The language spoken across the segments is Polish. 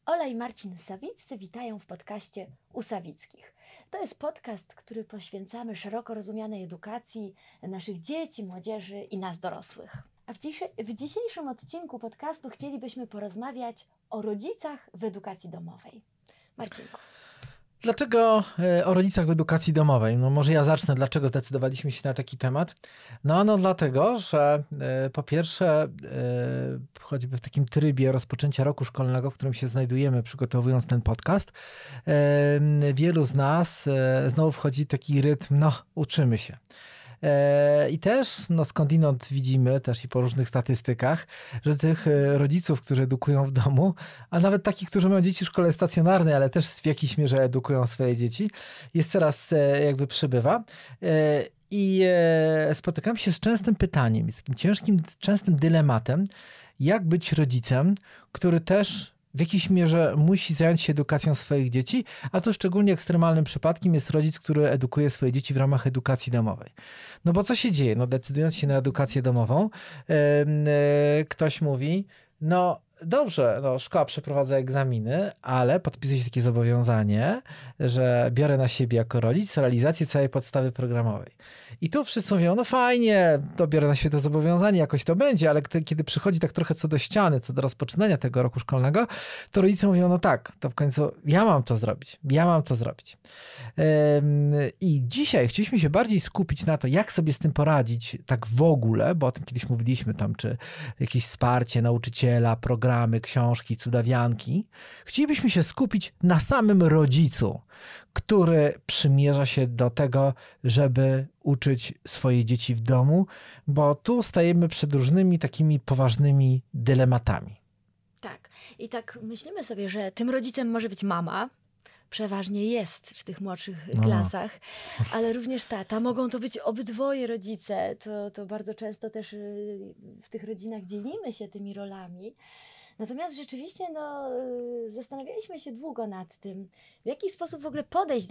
Ola i Marcin Sawiccy witają w podcaście U Sawickich. To jest podcast, który poświęcamy szeroko rozumianej edukacji naszych dzieci, młodzieży i nas dorosłych. A w dzisiejszym odcinku podcastu chcielibyśmy porozmawiać o rodzicach w edukacji domowej. Marcinku. Dlaczego o rodzicach w edukacji domowej? No może ja zacznę, dlaczego zdecydowaliśmy się na taki temat. No dlatego, że po pierwsze choćby w takim trybie rozpoczęcia roku szkolnego, w którym się znajdujemy, przygotowując ten podcast, wielu z nas znowu wchodzi taki rytm, uczymy się. I też skądinąd widzimy, też i po różnych statystykach, że tych rodziców, którzy edukują w domu, a nawet takich, którzy mają dzieci w szkole stacjonarnej, ale też w jakiejś mierze edukują swoje dzieci, jest coraz jakby przybywa. I spotykam się z częstym pytaniem, z takim ciężkim, częstym dylematem, jak być rodzicem, który też w jakiejś mierze musi zająć się edukacją swoich dzieci, a to szczególnie ekstremalnym przypadkiem jest rodzic, który edukuje swoje dzieci w ramach edukacji domowej. No bo co się dzieje? Decydując się na edukację domową, ktoś mówi, dobrze, szkoła przeprowadza egzaminy, ale podpisuje się takie zobowiązanie, że biorę na siebie jako rodzic realizację całej podstawy programowej. I tu wszyscy mówią, fajnie, to biorę na siebie to zobowiązanie, jakoś to będzie, ale kiedy przychodzi tak trochę co do ściany, co do rozpoczynania tego roku szkolnego, to rodzice mówią, to w końcu ja mam to zrobić. I dzisiaj chcieliśmy się bardziej skupić na to, jak sobie z tym poradzić tak w ogóle, bo o tym kiedyś mówiliśmy tam, czy jakieś wsparcie nauczyciela, programy, książki, cudawianki. Chcielibyśmy się skupić na samym rodzicu, który przymierza się do tego, żeby uczyć swoje dzieci w domu, bo tu stajemy przed różnymi takimi poważnymi dylematami. Tak. I tak myślimy sobie, że tym rodzicem może być mama, przeważnie jest w tych młodszych klasach, ale również tata. Mogą to być obydwoje rodzice. To bardzo często też w tych rodzinach dzielimy się tymi rolami. Natomiast rzeczywiście zastanawialiśmy się długo nad tym, w jaki sposób w ogóle podejść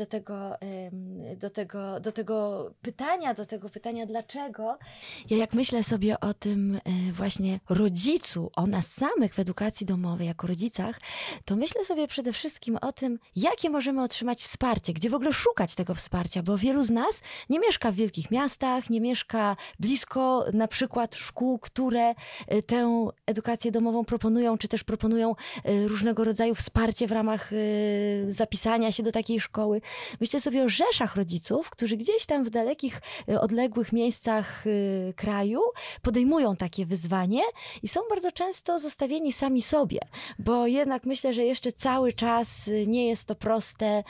do tego pytania dlaczego. Ja jak myślę sobie o tym właśnie rodzicu, o nas samych w edukacji domowej jako rodzicach, to myślę sobie przede wszystkim o tym, jakie możemy otrzymać wsparcie, gdzie w ogóle szukać tego wsparcia, bo wielu z nas nie mieszka w wielkich miastach, nie mieszka blisko na przykład szkół, które tę edukację domową proponują, czy też proponują różnego rodzaju wsparcie w ramach zapisania się do takiej szkoły. Myślę sobie o rzeszach rodziców, którzy gdzieś tam w dalekich, odległych miejscach kraju podejmują takie wyzwanie i są bardzo często zostawieni sami sobie, bo jednak myślę, że jeszcze cały czas nie jest to proste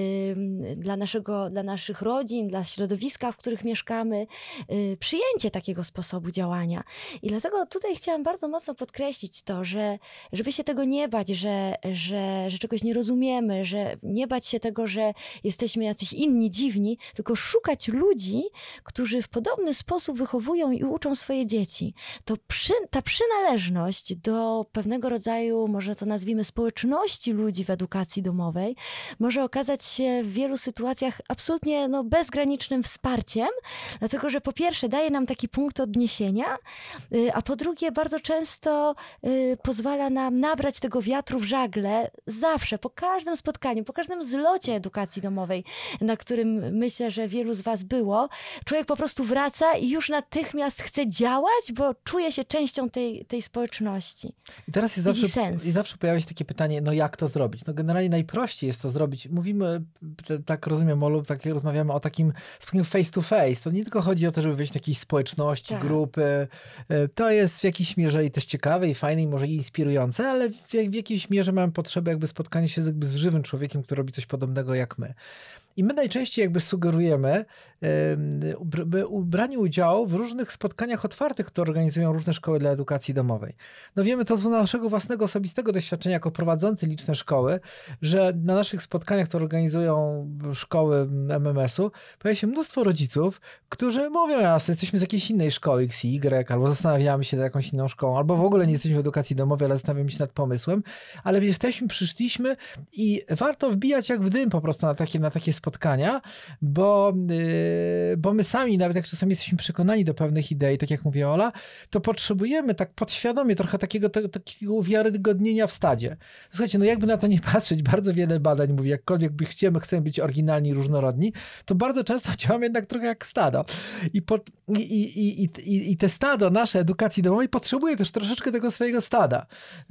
dla naszych rodzin, dla środowiska, w których mieszkamy, przyjęcie takiego sposobu działania. I dlatego tutaj chciałam bardzo mocno podkreślić to, że żeby się tego nie bać, że czegoś nie rozumiemy, że nie bać się tego, że jesteśmy jacyś inni, dziwni, tylko szukać ludzi, którzy w podobny sposób wychowują i uczą swoje dzieci. Ta przynależność do pewnego rodzaju, może to nazwijmy, społeczności ludzi w edukacji domowej, może okazać się w wielu sytuacjach absolutnie bezgranicznym wsparciem, dlatego że po pierwsze daje nam taki punkt odniesienia, a po drugie bardzo często pozwala nam nabrać tego wiatru w żagle zawsze, po każdym spotkaniu, po każdym zlocie edukacji domowej, na którym myślę, że wielu z was było. Człowiek po prostu wraca i już natychmiast chce działać, bo czuje się częścią tej społeczności. I teraz zawsze pojawia się takie pytanie, jak to zrobić? Generalnie najprościej jest to zrobić. Mówimy, tak rozumiem, Olu, tak rozmawiamy o takim spotkaniu face to face. To nie tylko chodzi o to, żeby wejść do jakiejś społeczności, grupy. To jest w jakiejś mierze i też ciekawe i fajne i może i inspirujące, ale w jakiejś mierze mamy potrzebę jakby spotkania się z żywym człowiekiem, który robi coś podobnego jak my. I my najczęściej jakby sugerujemy branie udziału w różnych spotkaniach otwartych, które organizują różne szkoły dla edukacji domowej. Wiemy to z naszego własnego osobistego doświadczenia jako prowadzący liczne szkoły, że na naszych spotkaniach, które organizują szkoły MMS-u, pojawia się mnóstwo rodziców, którzy mówią, jesteśmy z jakiejś innej szkoły X i Y, albo zastanawiamy się nad jakąś inną szkołą, albo w ogóle nie jesteśmy w edukacji domowej, ale zastanawiam się nad pomysłem, ale przyszliśmy i warto wbijać jak w dym po prostu na takie spotkania, bo my sami, nawet jak czasami jesteśmy przekonani do pewnych idei, tak jak mówi Ola, to potrzebujemy tak podświadomie trochę takiego uwiarygodnienia w stadzie. Słuchajcie, no jakby na to nie patrzeć, bardzo wiele badań mówi, jakkolwiek chcemy być oryginalni i różnorodni, to bardzo często działamy jednak trochę jak stado. I te stado nasze edukacji domowej potrzebuje też troszeczkę tego swojego stada.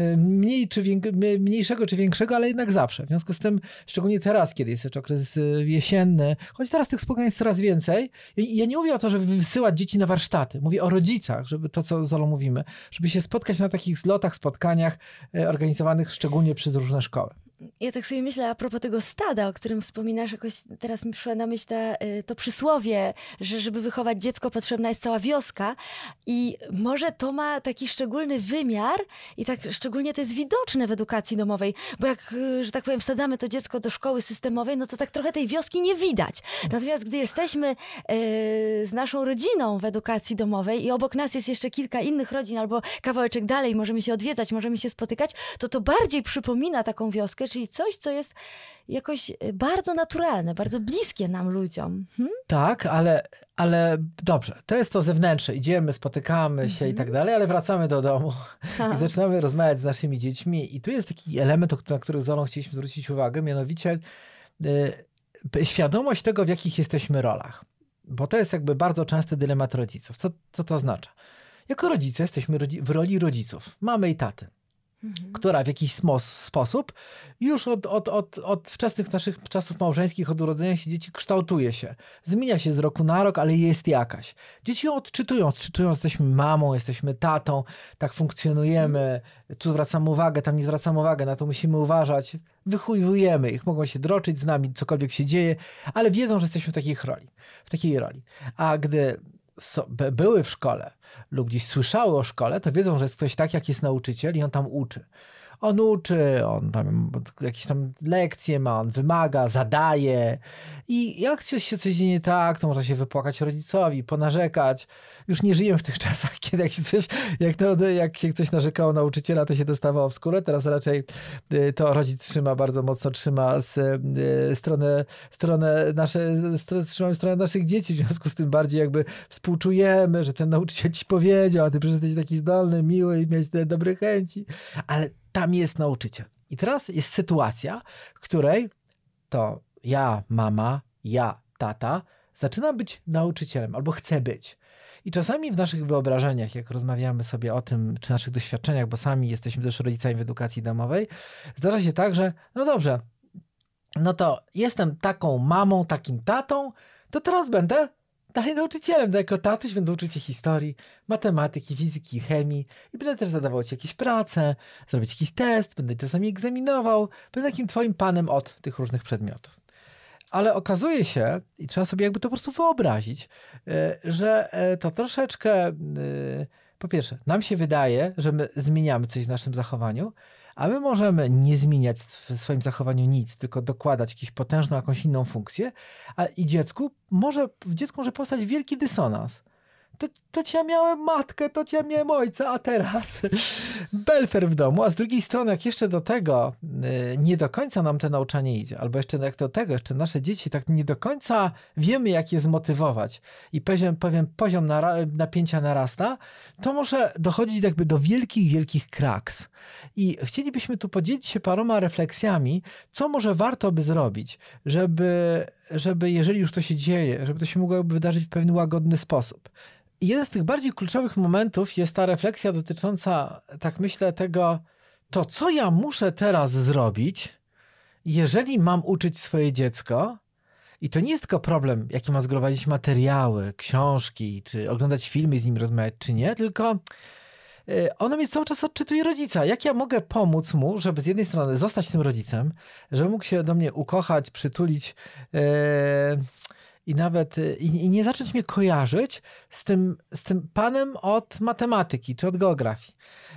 Mniejszego czy większego, ale jednak zawsze. W związku z tym, szczególnie teraz, kiedy jest okres jesienny, choć teraz tych spotkań jest coraz więcej. Ja nie mówię o to, żeby wysyłać dzieci na warsztaty. Mówię o rodzicach, żeby to, co z Olą mówimy, żeby się spotkać na takich zlotach, spotkaniach organizowanych szczególnie przez różne szkoły. Ja tak sobie myślę a propos tego stada, o którym wspominasz, jakoś teraz mi przyszła na myśl to przysłowie, że żeby wychować dziecko potrzebna jest cała wioska i może to ma taki szczególny wymiar i tak szczególnie to jest widoczne w edukacji domowej, bo jak, że tak powiem, wsadzamy to dziecko do szkoły systemowej, no to tak trochę tej wioski nie widać. Natomiast gdy jesteśmy z naszą rodziną w edukacji domowej i obok nas jest jeszcze kilka innych rodzin albo kawałeczek dalej, możemy się odwiedzać, możemy się spotykać, to bardziej przypomina taką wioskę, czyli coś, co jest jakoś bardzo naturalne, bardzo bliskie nam ludziom. Tak, ale dobrze, to jest to zewnętrzne. Idziemy, spotykamy się i tak dalej, ale wracamy do domu i zaczynamy rozmawiać z naszymi dziećmi. I tu jest taki element, na który z Olą chcieliśmy zwrócić uwagę, mianowicie świadomość tego, w jakich jesteśmy rolach. Bo to jest jakby bardzo częsty dylemat rodziców. Co to oznacza? Jako rodzice jesteśmy w roli rodziców, mamy i taty, która w jakiś sposób już od wczesnych naszych czasów małżeńskich, od urodzenia się dzieci kształtuje się. Zmienia się z roku na rok, ale jest jakaś. Dzieci ją odczytują, jesteśmy mamą, jesteśmy tatą, tak funkcjonujemy, tu zwracamy uwagę, tam nie zwracamy uwagę, na to musimy uważać. Wychowujemy ich, mogą się droczyć z nami, cokolwiek się dzieje, ale wiedzą, że jesteśmy w takiej roli. A gdy były w szkole lub gdzieś słyszały o szkole, to wiedzą, że jest ktoś tak, jak jest nauczyciel i on tam uczy. On uczy, on tam jakieś tam lekcje ma, on wymaga, zadaje i jak się coś dzieje nie tak, to można się wypłakać rodzicowi, ponarzekać. Już nie żyjemy w tych czasach, kiedy jak się ktoś narzekało nauczyciela, to się dostawało w skórę. Teraz raczej to rodzic bardzo mocno trzyma stronę naszych dzieci, w związku z tym bardziej jakby współczujemy, że ten nauczyciel ci powiedział, a ty przecież jesteś taki zdolny, miły i miałeś te dobre chęci, ale tam jest nauczyciel. I teraz jest sytuacja, w której to ja, mama, ja, tata, zaczynam być nauczycielem albo chcę być. I czasami w naszych wyobrażeniach, jak rozmawiamy sobie o tym, czy naszych doświadczeniach, bo sami jesteśmy też rodzicami w edukacji domowej, zdarza się tak, że no dobrze, no to jestem taką mamą, takim tatą, to teraz będę dalej nauczycielem. Jako tatuś będę uczyć cię historii, matematyki, fizyki, chemii i będę też zadawał ci jakieś prace, zrobić jakiś test, będę czasami egzaminował, będę takim twoim panem od tych różnych przedmiotów. Ale okazuje się, i trzeba sobie jakby to po prostu wyobrazić, że to troszeczkę, po pierwsze, nam się wydaje, że my zmieniamy coś w naszym zachowaniu, a my możemy nie zmieniać w swoim zachowaniu nic, tylko dokładać jakąś potężną, jakąś inną funkcję, i w dziecku może powstać wielki dysonans. To cię miałem matkę, to cię miałem ojca, a teraz belfer w domu. A z drugiej strony, jak jeszcze do tego nie do końca nam to nauczanie idzie, albo jeszcze jak do tego, jeszcze nasze dzieci tak nie do końca wiemy, jak je zmotywować i poziom napięcia narasta, to może dochodzić jakby do wielkich kraks. I chcielibyśmy tu podzielić się paroma refleksjami, co może warto by zrobić, żeby jeżeli już to się dzieje, żeby to się mogło wydarzyć w pewien łagodny sposób. I jeden z tych bardziej kluczowych momentów jest ta refleksja dotycząca, tak myślę, tego, to co ja muszę teraz zrobić, jeżeli mam uczyć swoje dziecko. I to nie jest tylko problem, jaki ma zgromadzić materiały, książki, czy oglądać filmy, z nim rozmawiać, czy nie, tylko ono mnie cały czas odczytuje rodzica. Jak ja mogę pomóc mu, żeby z jednej strony zostać tym rodzicem, żeby mógł się do mnie ukochać, przytulić, i nawet i nie zacząć mnie kojarzyć z tym panem od matematyki czy od geografii.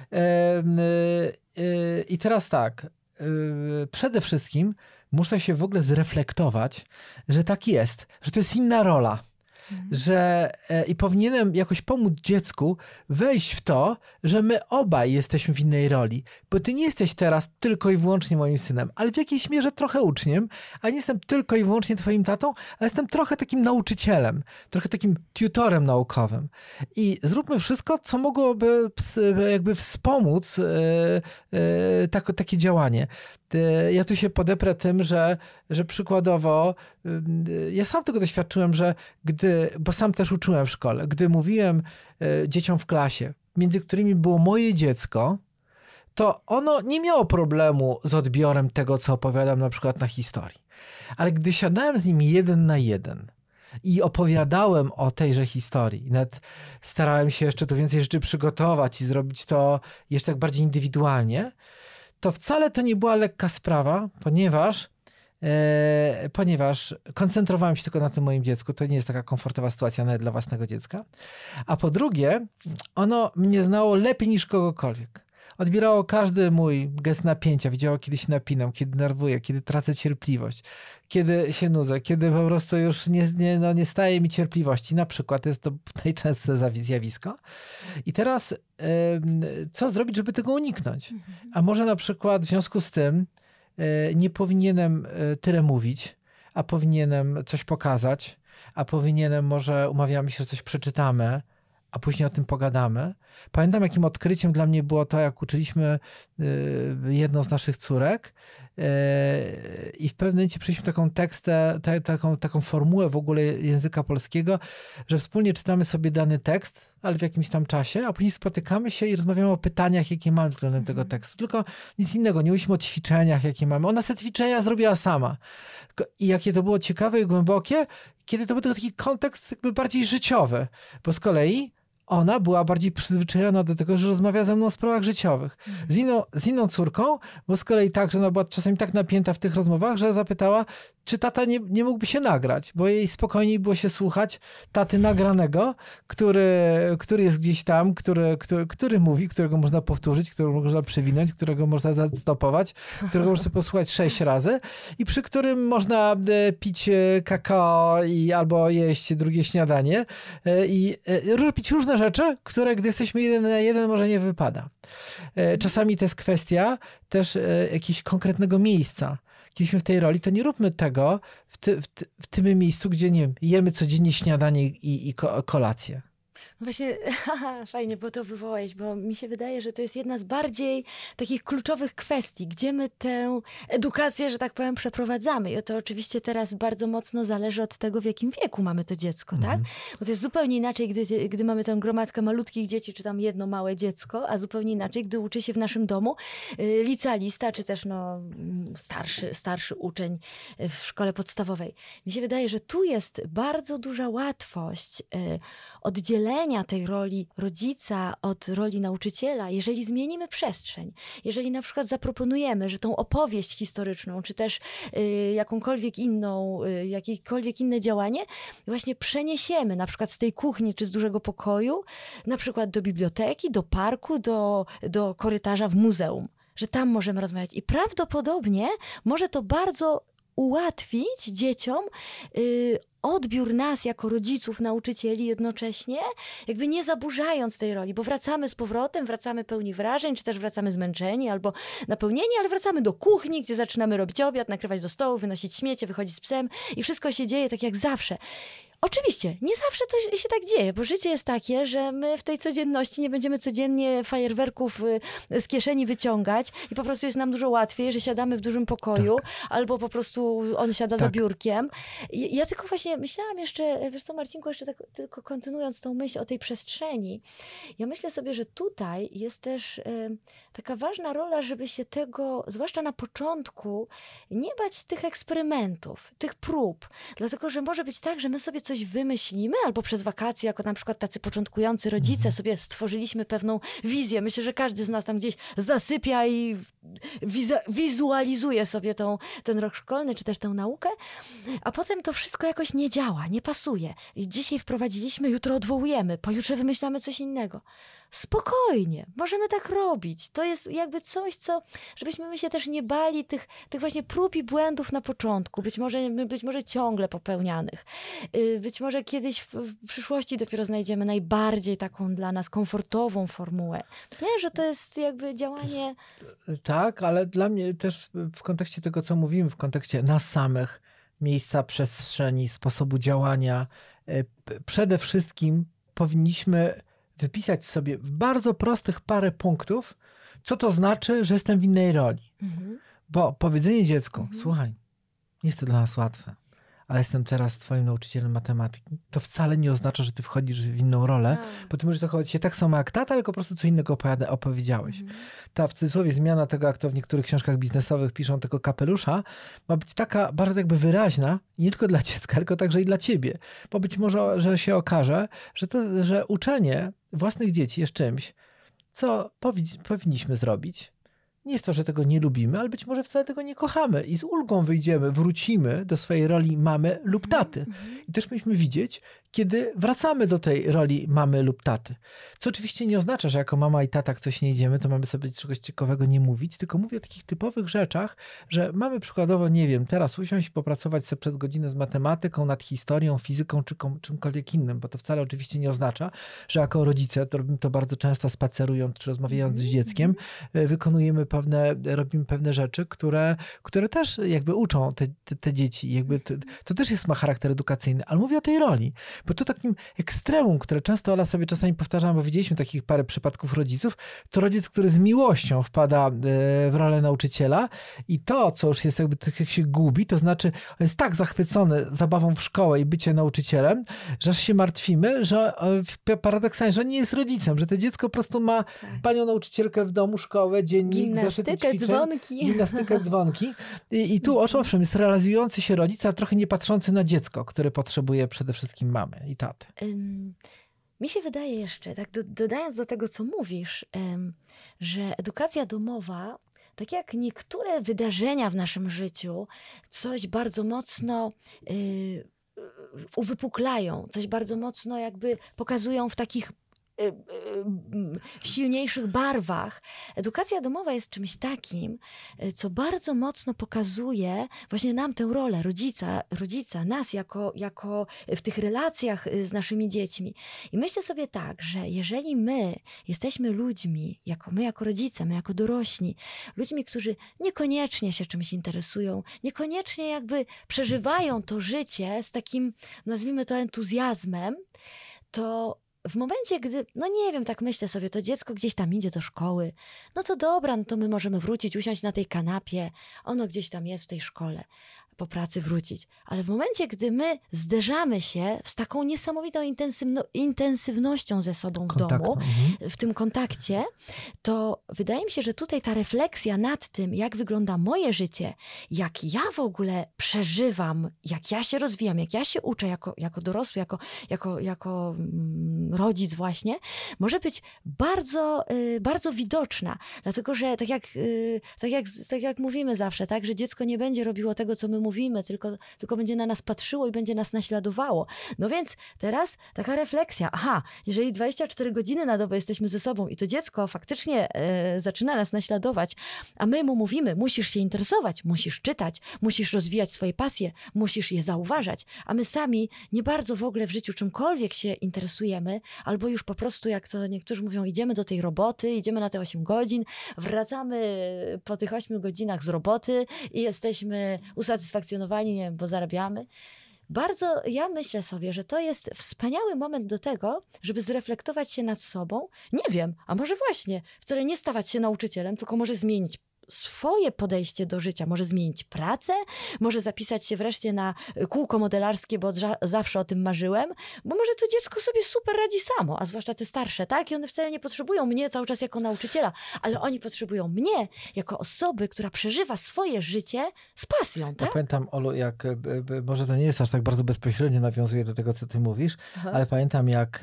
I teraz tak, przede wszystkim muszę się w ogóle zreflektować, że tak jest, że to jest inna rola. że i powinienem jakoś pomóc dziecku wejść w to, że my obaj jesteśmy w innej roli, bo ty nie jesteś teraz tylko i wyłącznie moim synem, ale w jakiejś mierze trochę uczniem, a nie jestem tylko i wyłącznie twoim tatą, ale jestem trochę takim nauczycielem, trochę takim tutorem naukowym. I zróbmy wszystko, co mogłoby jakby wspomóc takie działanie. Ja tu się podeprę tym, że przykładowo ja sam tego doświadczyłem, że bo sam też uczyłem w szkole, gdy mówiłem dzieciom w klasie, między którymi było moje dziecko, to ono nie miało problemu z odbiorem tego, co opowiadam na przykład na historii. Ale gdy siadałem z nim 1 na 1 i opowiadałem o tejże historii, nawet starałem się jeszcze tu więcej rzeczy przygotować i zrobić to jeszcze tak bardziej indywidualnie, to wcale to nie była lekka sprawa, ponieważ koncentrowałem się tylko na tym moim dziecku. To nie jest taka komfortowa sytuacja nawet dla własnego dziecka. A po drugie, ono mnie znało lepiej niż kogokolwiek. Odbierało każdy mój gest napięcia, widziało, kiedy się napinam, kiedy nerwuję, kiedy tracę cierpliwość, kiedy się nudzę, kiedy po prostu już nie staje mi cierpliwości. Na przykład jest to najczęstsze zjawisko. I teraz co zrobić, żeby tego uniknąć? A może na przykład w związku z tym nie powinienem tyle mówić, a powinienem coś pokazać, a powinienem, może umawiamy się, że coś przeczytamy, a później o tym pogadamy. Pamiętam, jakim odkryciem dla mnie było to, jak uczyliśmy jedną z naszych córek i w pewnym momencie przyjęliśmy taką formułę w ogóle języka polskiego, że wspólnie czytamy sobie dany tekst, ale w jakimś tam czasie, a później spotykamy się i rozmawiamy o pytaniach, jakie mamy względem tego tekstu. Tylko nic innego, nie mówiliśmy o ćwiczeniach, jakie mamy. Ona te ćwiczenia zrobiła sama. I jakie to było ciekawe i głębokie, kiedy to był taki kontekst jakby bardziej życiowy, bo z kolei ona była bardziej przyzwyczajona do tego, że rozmawia ze mną o sprawach życiowych. Z inną córką, bo z kolei tak, że ona była czasami tak napięta w tych rozmowach, że zapytała, czy tata nie mógłby się nagrać, bo jej spokojniej było się słuchać taty nagranego, który jest gdzieś tam, który mówi, którego można powtórzyć, którego można przewinąć, którego można zastopować, którego można posłuchać 6 razy i przy którym można pić kakao albo jeść drugie śniadanie i robić różne rzeczy, które gdy jesteśmy 1 na 1 może nie wypada. Czasami to jest kwestia też jakiegoś konkretnego miejsca. Kiedyśmy w tej roli, to nie róbmy tego w tym miejscu, gdzie nie wiem, jemy codziennie śniadanie i kolację. No właśnie, fajnie, bo to wywołałeś, bo mi się wydaje, że to jest jedna z bardziej takich kluczowych kwestii, gdzie my tę edukację, że tak powiem, przeprowadzamy. I to oczywiście teraz bardzo mocno zależy od tego, w jakim wieku mamy to dziecko, tak? Bo to jest zupełnie inaczej, gdy mamy tę gromadkę malutkich dzieci, czy tam jedno małe dziecko, a zupełnie inaczej, gdy uczy się w naszym domu licealista, czy też starszy uczeń w szkole podstawowej. Mi się wydaje, że tu jest bardzo duża łatwość oddzielenia tej roli rodzica od roli nauczyciela, jeżeli zmienimy przestrzeń, jeżeli na przykład zaproponujemy, że tą opowieść historyczną, czy też jakiekolwiek inne działanie właśnie przeniesiemy na przykład z tej kuchni, czy z dużego pokoju, na przykład do biblioteki, do parku, do korytarza w muzeum, że tam możemy rozmawiać i prawdopodobnie może to bardzo ułatwić dzieciom odbiór nas jako rodziców, nauczycieli jednocześnie, jakby nie zaburzając tej roli, bo wracamy z powrotem, wracamy pełni wrażeń, czy też wracamy zmęczeni albo napełnieni, ale wracamy do kuchni, gdzie zaczynamy robić obiad, nakrywać do stołu, wynosić śmiecie, wychodzić z psem i wszystko się dzieje tak jak zawsze. Oczywiście, nie zawsze to się tak dzieje, bo życie jest takie, że my w tej codzienności nie będziemy codziennie fajerwerków z kieszeni wyciągać i po prostu jest nam dużo łatwiej, że siadamy w dużym pokoju, albo po prostu on siada za biurkiem. Ja tylko właśnie myślałam jeszcze, wiesz co Marcinku, jeszcze tak tylko kontynuując tą myśl o tej przestrzeni, ja myślę sobie, że tutaj jest też taka ważna rola, żeby się tego, zwłaszcza na początku, nie bać tych eksperymentów, tych prób, dlatego, że może być tak, że my sobie coś wymyślimy, albo przez wakacje, jako na przykład tacy początkujący rodzice sobie stworzyliśmy pewną wizję. Myślę, że każdy z nas tam gdzieś zasypia i wizualizuje sobie ten rok szkolny, czy też tę naukę, a potem to wszystko jakoś nie działa, nie pasuje. I dzisiaj wprowadziliśmy, jutro odwołujemy, pojutrze wymyślamy coś innego. Spokojnie, możemy tak robić. To jest jakby coś, żebyśmy my się też nie bali tych właśnie prób i błędów na początku, być może ciągle popełnianych. być może kiedyś w przyszłości dopiero znajdziemy najbardziej taką dla nas komfortową formułę. Nie, że to jest jakby działanie... Tak, ale dla mnie też w kontekście tego, co mówimy, w kontekście nas samych, miejsca, przestrzeni, sposobu działania, przede wszystkim powinniśmy wypisać sobie w bardzo prostych parę punktów, co to znaczy, że jestem w innej roli. Bo powiedzenie dziecku, słuchaj, nie jest to dla nas łatwe, ale jestem teraz twoim nauczycielem matematyki, to wcale nie oznacza, że ty wchodzisz w inną rolę, bo ty możesz zachować się tak samo jak tata, tylko po prostu co innego opowiedziałeś. Ta w cudzysłowie zmiana tego, jak to w niektórych książkach biznesowych piszą, tego kapelusza, ma być taka bardzo jakby wyraźna, nie tylko dla dziecka, tylko także i dla ciebie. Bo być może, że się okaże, że uczenie własnych dzieci jest czymś, co powinniśmy zrobić. Nie jest to, że tego nie lubimy, ale być może wcale tego nie kochamy i z ulgą wrócimy do swojej roli mamy lub taty. I też powinniśmy widzieć, kiedy wracamy do tej roli mamy lub taty. Co oczywiście nie oznacza, że jako mama i tata jak coś nie idziemy, to mamy sobie czegoś ciekawego nie mówić, tylko mówię o takich typowych rzeczach, że mamy przykładowo, nie wiem, teraz usiąść i popracować sobie przez godzinę z matematyką, nad historią, fizyką czy czymkolwiek innym, bo to wcale oczywiście nie oznacza, że jako rodzice, to robimy to bardzo często spacerując czy rozmawiając z dzieckiem, robimy pewne rzeczy, które też jakby uczą te dzieci. Jakby to też ma charakter edukacyjny, ale mówię o tej roli. Bo to takim ekstremum, które często Ola sobie czasami powtarzam, bo widzieliśmy takich parę przypadków rodziców, to rodzic, który z miłością wpada w rolę nauczyciela i to, co już jest jakby tak jak się gubi, to znaczy on jest tak zachwycony zabawą w szkołę i bycie nauczycielem, że aż się martwimy, że paradoksalnie, że nie jest rodzicem, że to dziecko po prostu ma panią nauczycielkę w domu, szkołę, dziennik, gimnastykę, dzwonki. I tu owszem, jest realizujący się rodzic, ale trochę nie patrzący na dziecko, które potrzebuje przede wszystkim mamy i taty. Mi się wydaje jeszcze, tak dodając do tego, co mówisz, że edukacja domowa, tak jak niektóre wydarzenia w naszym życiu, coś bardzo mocno uwypuklają, coś bardzo mocno jakby pokazują w takich silniejszych barwach. Edukacja domowa jest czymś takim, co bardzo mocno pokazuje właśnie nam tę rolę rodzica, nas jako w tych relacjach z naszymi dziećmi. I myślę sobie tak, że jeżeli my jesteśmy ludźmi, my jako rodzice, my jako dorośli, ludźmi, którzy niekoniecznie się czymś interesują, niekoniecznie jakby przeżywają to życie z takim, nazwijmy to, entuzjazmem, to w momencie, gdy, no nie wiem, tak myślę sobie, to dziecko gdzieś tam idzie do szkoły, no to dobra, no to my możemy wrócić, usiąść na tej kanapie, ono gdzieś tam jest w tej szkole, po pracy wrócić. Ale w momencie, gdy my zderzamy się z taką niesamowitą intensywnością ze sobą w domu, w tym kontakcie, to wydaje mi się, że tutaj ta refleksja nad tym, jak wygląda moje życie, jak ja w ogóle przeżywam, jak ja się rozwijam, jak ja się uczę jako dorosły, jako rodzic właśnie, może być bardzo, bardzo widoczna. Dlatego, że tak jak mówimy zawsze, tak, że dziecko nie będzie robiło tego, co my mówimy, tylko będzie na nas patrzyło i będzie nas naśladowało. No więc teraz taka refleksja. Aha, jeżeli 24 godziny na dobę jesteśmy ze sobą i to dziecko faktycznie zaczyna nas naśladować, a my mu mówimy, musisz się interesować, musisz czytać, musisz rozwijać swoje pasje, musisz je zauważać, a my sami nie bardzo w ogóle w życiu czymkolwiek się interesujemy, albo już po prostu, jak to niektórzy mówią, idziemy do tej roboty, idziemy na te 8 godzin, wracamy po tych 8 godzinach z roboty i jesteśmy usatysfakcjonowani, nie wiem, bo zarabiamy. Bardzo ja myślę sobie, że to jest wspaniały moment do tego, żeby zreflektować się nad sobą. Nie wiem, a może właśnie wcale nie stawać się nauczycielem, tylko może zmienić swoje podejście do życia, może zmienić pracę, może zapisać się wreszcie na kółko modelarskie, bo zawsze o tym marzyłem, bo może to dziecko sobie super radzi samo, a zwłaszcza te starsze, tak? I one wcale nie potrzebują mnie cały czas jako nauczyciela, ale oni potrzebują mnie jako osoby, która przeżywa swoje życie z pasją, tak? Ja pamiętam, Olu, jak, może to nie jest aż tak bardzo bezpośrednio nawiązuje do tego, co ty mówisz, ale pamiętam, jak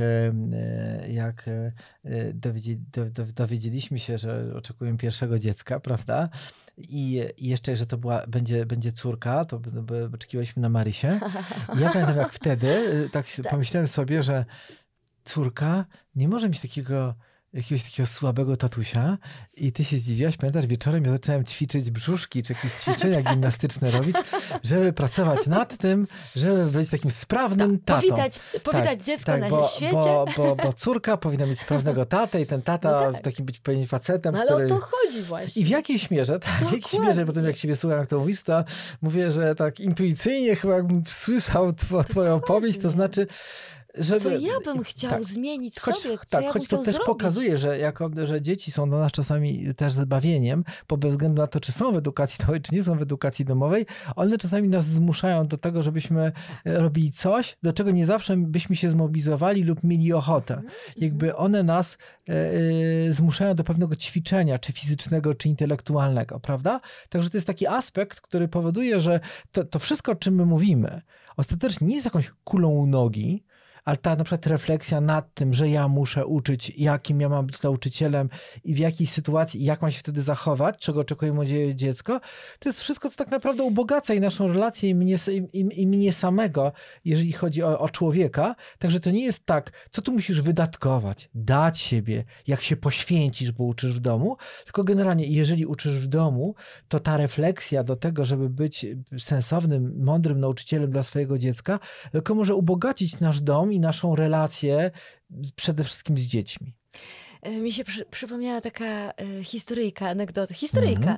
dowiedzieliśmy się, że oczekujemy pierwszego dziecka, prawda? I jeszcze, że to będzie córka, to oczekiwaliśmy na Marysię. I ja pamiętam, jak wtedy tak pomyślałem sobie, że córka nie może mieć takiego jakiegoś takiego słabego tatusia i ty się zdziwiłaś, pamiętasz, wieczorem ja zacząłem ćwiczyć brzuszki, czy jakieś ćwiczenia gimnastyczne robić, żeby pracować nad tym, żeby być takim sprawnym tatą. Powitać dziecko na świecie. Bo córka powinna mieć sprawnego tatę i ten tata takim być pewnie facetem. No, ale o to chodzi właśnie. I w jakiejś mierze, w jakiejś mierze, potem jak ciebie słucham, jak to mówisz, to mówię, że tak intuicyjnie chyba jakbym słyszał twoją opowieść, to znaczy, żeby... Co ja bym chciał zmienić sobie, co ja bym choć to chciał też zrobić. pokazuje, że dzieci są dla nas czasami też zbawieniem, bo bez względu na to, czy są w edukacji domowej, czy nie są w edukacji domowej, one czasami nas zmuszają do tego, żebyśmy robili coś, do czego nie zawsze byśmy się zmobilizowali lub mieli ochotę. Jakby one nas zmuszają do pewnego ćwiczenia, czy fizycznego, czy intelektualnego, prawda? Także to jest taki aspekt, który powoduje, że to wszystko, o czym my mówimy, ostatecznie nie jest jakąś kulą u nogi, ale ta na przykład refleksja nad tym, że ja muszę uczyć, jakim ja mam być nauczycielem i w jakiej sytuacji, jak mam się wtedy zachować, czego oczekuje moje dziecko, to jest wszystko, co tak naprawdę ubogaca i naszą relację i mnie samego, jeżeli chodzi o człowieka. Także to nie jest tak, co tu musisz wydatkować, dać siebie, jak się poświęcisz, bo uczysz w domu, tylko generalnie, jeżeli uczysz w domu, to ta refleksja do tego, żeby być sensownym, mądrym nauczycielem dla swojego dziecka, tylko może ubogacić nasz dom i naszą relację przede wszystkim z dziećmi. Mi się przypomniała taka historyjka, anegdota. Historyjka.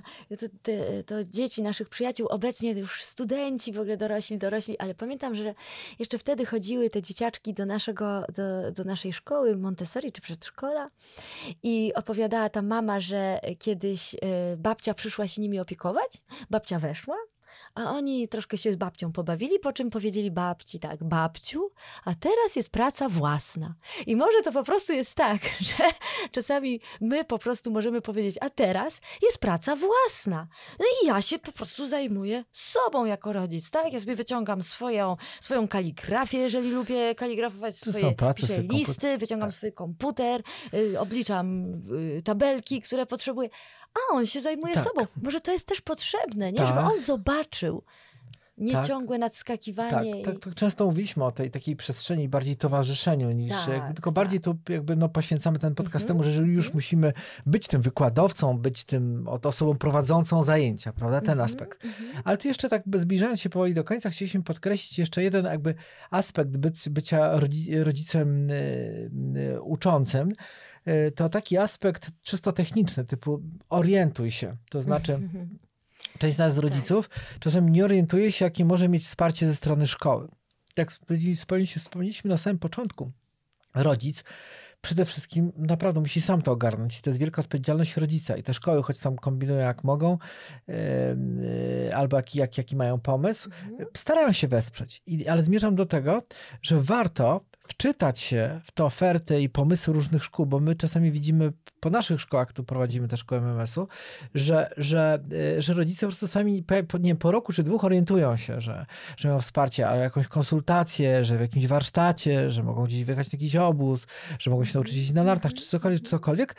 To dzieci naszych przyjaciół, obecnie już studenci, w ogóle dorośli, ale pamiętam, że jeszcze wtedy chodziły te dzieciaczki do naszej szkoły, Montessori czy przedszkola i opowiadała ta mama, że kiedyś babcia przyszła się nimi opiekować, babcia weszła, a oni troszkę się z babcią pobawili, po czym powiedzieli babci tak: babciu, a teraz jest praca własna. I może to po prostu jest tak, że czasami my po prostu możemy powiedzieć: a teraz jest praca własna. No i ja się po prostu zajmuję sobą jako rodzic, tak? Ja sobie wyciągam swoją kaligrafię, jeżeli lubię kaligrafować, piszę listy, wyciągam swój komputer, obliczam tabelki, które potrzebuję. A on się zajmuje sobą. Może to jest też potrzebne, nie? Żeby on zobaczył nieciągłe nadskakiwanie. Tak często mówiliśmy o tej takiej przestrzeni, bardziej towarzyszeniu, niż tylko bardziej tu jakby poświęcamy ten podcast temu, że jeżeli już musimy być tym wykładowcą, być tym osobą prowadzącą zajęcia, prawda? Ten aspekt. Ale tu jeszcze tak zbliżając się powoli do końca, chcieliśmy podkreślić jeszcze jeden jakby aspekt bycia rodzicem uczącym. To taki aspekt czysto techniczny, typu orientuj się. To znaczy, część z nas, rodziców, czasem nie orientuje się, jakie może mieć wsparcie ze strony szkoły. Jak wspomnieliśmy na samym początku, rodzic przede wszystkim naprawdę musi sam to ogarnąć. To jest wielka odpowiedzialność rodzica i te szkoły, choć tam kombinują jak mogą, albo jaki mają pomysł, starają się wesprzeć. Ale zmierzam do tego, że warto wczytać się w te oferty i pomysły różnych szkół, bo my czasami widzimy po naszych szkołach, tu prowadzimy też szkołę MMS-u, że rodzice po prostu sami po roku czy dwóch orientują się, że mają wsparcie, ale jakąś konsultację, że w jakimś warsztacie, że mogą gdzieś wyjechać na jakiś obóz, że mogą się nauczyć jeździć na nartach, czy cokolwiek.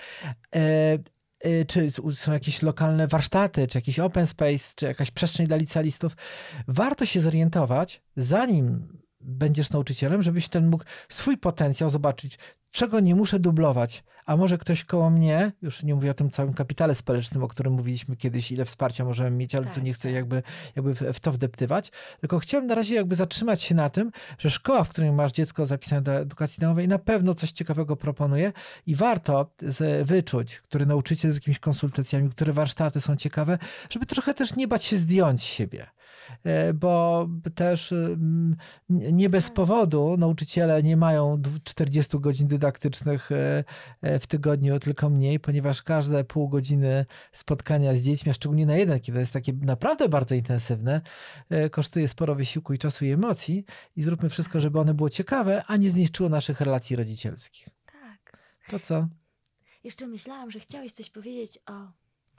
Czy są jakieś lokalne warsztaty, czy jakiś open space, czy jakaś przestrzeń dla licealistów. Warto się zorientować, zanim będziesz nauczycielem, żebyś ten mógł swój potencjał zobaczyć, czego nie muszę dublować, a może ktoś koło mnie, już nie mówię o tym całym kapitale społecznym, o którym mówiliśmy kiedyś, ile wsparcia możemy mieć, ale tu nie chcę jakby w to wdeptywać, tylko chciałem na razie jakby zatrzymać się na tym, że szkoła, w której masz dziecko zapisane do edukacji domowej, na pewno coś ciekawego proponuje i warto wyczuć, który nauczyciel z jakimiś konsultacjami, które warsztaty są ciekawe, żeby trochę też nie bać się zdjąć z siebie. Bo też nie bez powodu nauczyciele nie mają 40 godzin dydaktycznych w tygodniu, tylko mniej, ponieważ każde pół godziny spotkania z dziećmi, a szczególnie na jeden, kiedy jest takie naprawdę bardzo intensywne, kosztuje sporo wysiłku i czasu i emocji i zróbmy wszystko, żeby one było ciekawe, a nie zniszczyło naszych relacji rodzicielskich. Tak. To co? Jeszcze myślałam, że chciałeś coś powiedzieć o...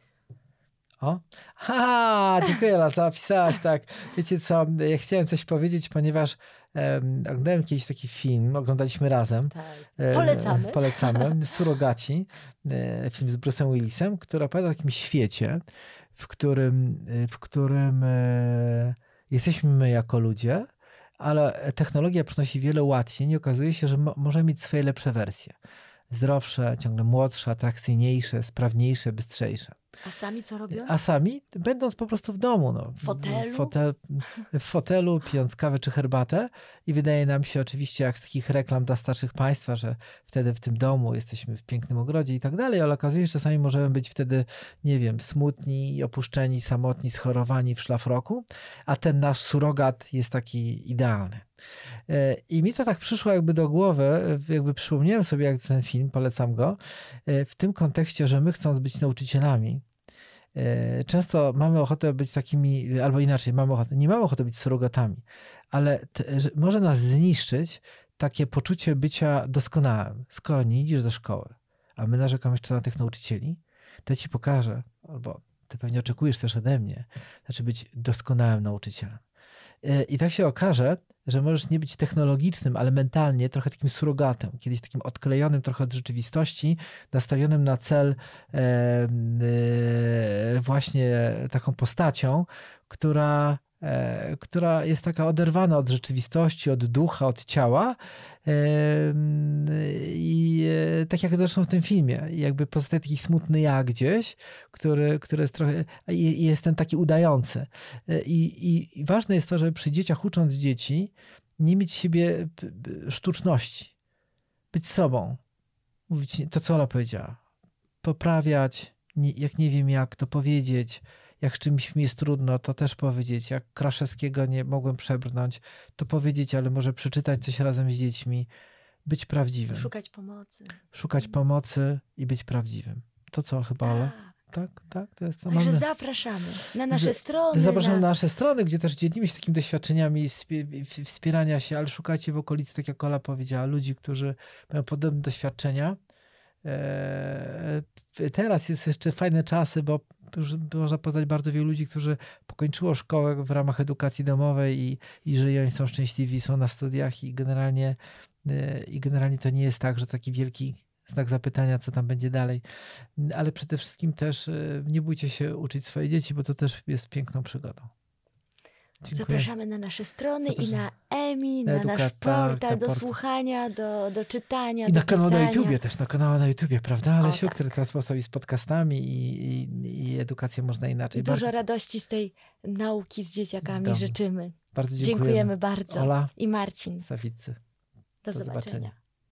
Dziękuję, Ela, zapisałaś, tak. Wiecie co, ja chciałem coś powiedzieć, ponieważ oglądałem kiedyś taki film, oglądaliśmy razem. Tak. Polecamy. Polecamy. Surogaci, film z Bruce'em Willisem, który opowiada o takim świecie, w którym jesteśmy my jako ludzie, ale technologia przynosi wiele ułatwień i okazuje się, że możemy mieć swoje lepsze wersje. zdrowsze, ciągle młodsze, atrakcyjniejsze, sprawniejsze, bystrzejsze. A sami co robią? A sami, będąc po prostu w domu, W fotelu? W fotelu, pijąc kawę czy herbatę. I wydaje nam się oczywiście, jak z takich reklam dla starszych państwa, że wtedy w tym domu jesteśmy w pięknym ogrodzie i tak dalej, ale okazuje się, że czasami możemy być wtedy, nie wiem, smutni, opuszczeni, samotni, schorowani w szlafroku, a ten nasz surogat jest taki idealny. I mi to tak przyszło jakby do głowy, jakby przypomniałem sobie jak ten film, polecam go, w tym kontekście, że my chcąc być nauczycielami, często mamy ochotę być takimi, albo inaczej, nie mamy ochoty być surogatami, ale może nas zniszczyć takie poczucie bycia doskonałym. Skoro nie idziesz do szkoły, a my narzekamy jeszcze na tych nauczycieli, to ja ci pokażę, albo ty pewnie oczekujesz też ode mnie, znaczy być doskonałym nauczycielem. I tak się okaże, że możesz nie być technologicznym, ale mentalnie trochę takim surogatem, kiedyś takim odklejonym trochę od rzeczywistości, nastawionym na cel właśnie taką postacią, która jest taka oderwana od rzeczywistości, od ducha, od ciała i tak jak zresztą w tym filmie, jakby pozostaje taki smutny ja gdzieś, który jest trochę, i jest ten taki udający. I ważne jest to, żeby przy dzieciach, ucząc dzieci, nie mieć w siebie sztuczności, być sobą, mówić to, co Ola powiedziała, poprawiać, jak nie wiem jak, to powiedzieć. Jak czymś mi jest trudno, to też powiedzieć. Jak Kraszewskiego nie mogłem przebrnąć, to powiedzieć, ale może przeczytać coś razem z dziećmi. Być prawdziwym. Szukać pomocy i być prawdziwym. To co chyba, Ola? Tak. To jest to. Także zapraszamy na nasze strony. Zapraszamy na nasze strony, gdzie też dzielimy się takimi doświadczeniami wspierania się, ale szukajcie w okolicy, tak jak Ola powiedziała, ludzi, którzy mają podobne doświadczenia. Teraz jest jeszcze fajne czasy, bo można poznać bardzo wielu ludzi, którzy pokończyło szkołę w ramach edukacji domowej i żyją i są szczęśliwi, są na studiach i generalnie to nie jest tak, że taki wielki znak zapytania, co tam będzie dalej. Ale przede wszystkim też nie bójcie się uczyć swoje dzieci, bo to też jest piękną przygodą. Dziękuję. Zapraszamy na nasze strony i na EMI, na nasz portal do słuchania, do czytania, i do na kanał pisania. na YouTubie też, na YouTubie, prawda? Alesiu, tak. który teraz postawi z podcastami i edukację można inaczej. I dużo radości z tej nauki z dzieciakami życzymy. Bardzo dziękujemy bardzo. Ola i Marcin. Sawiccy. Do zobaczenia.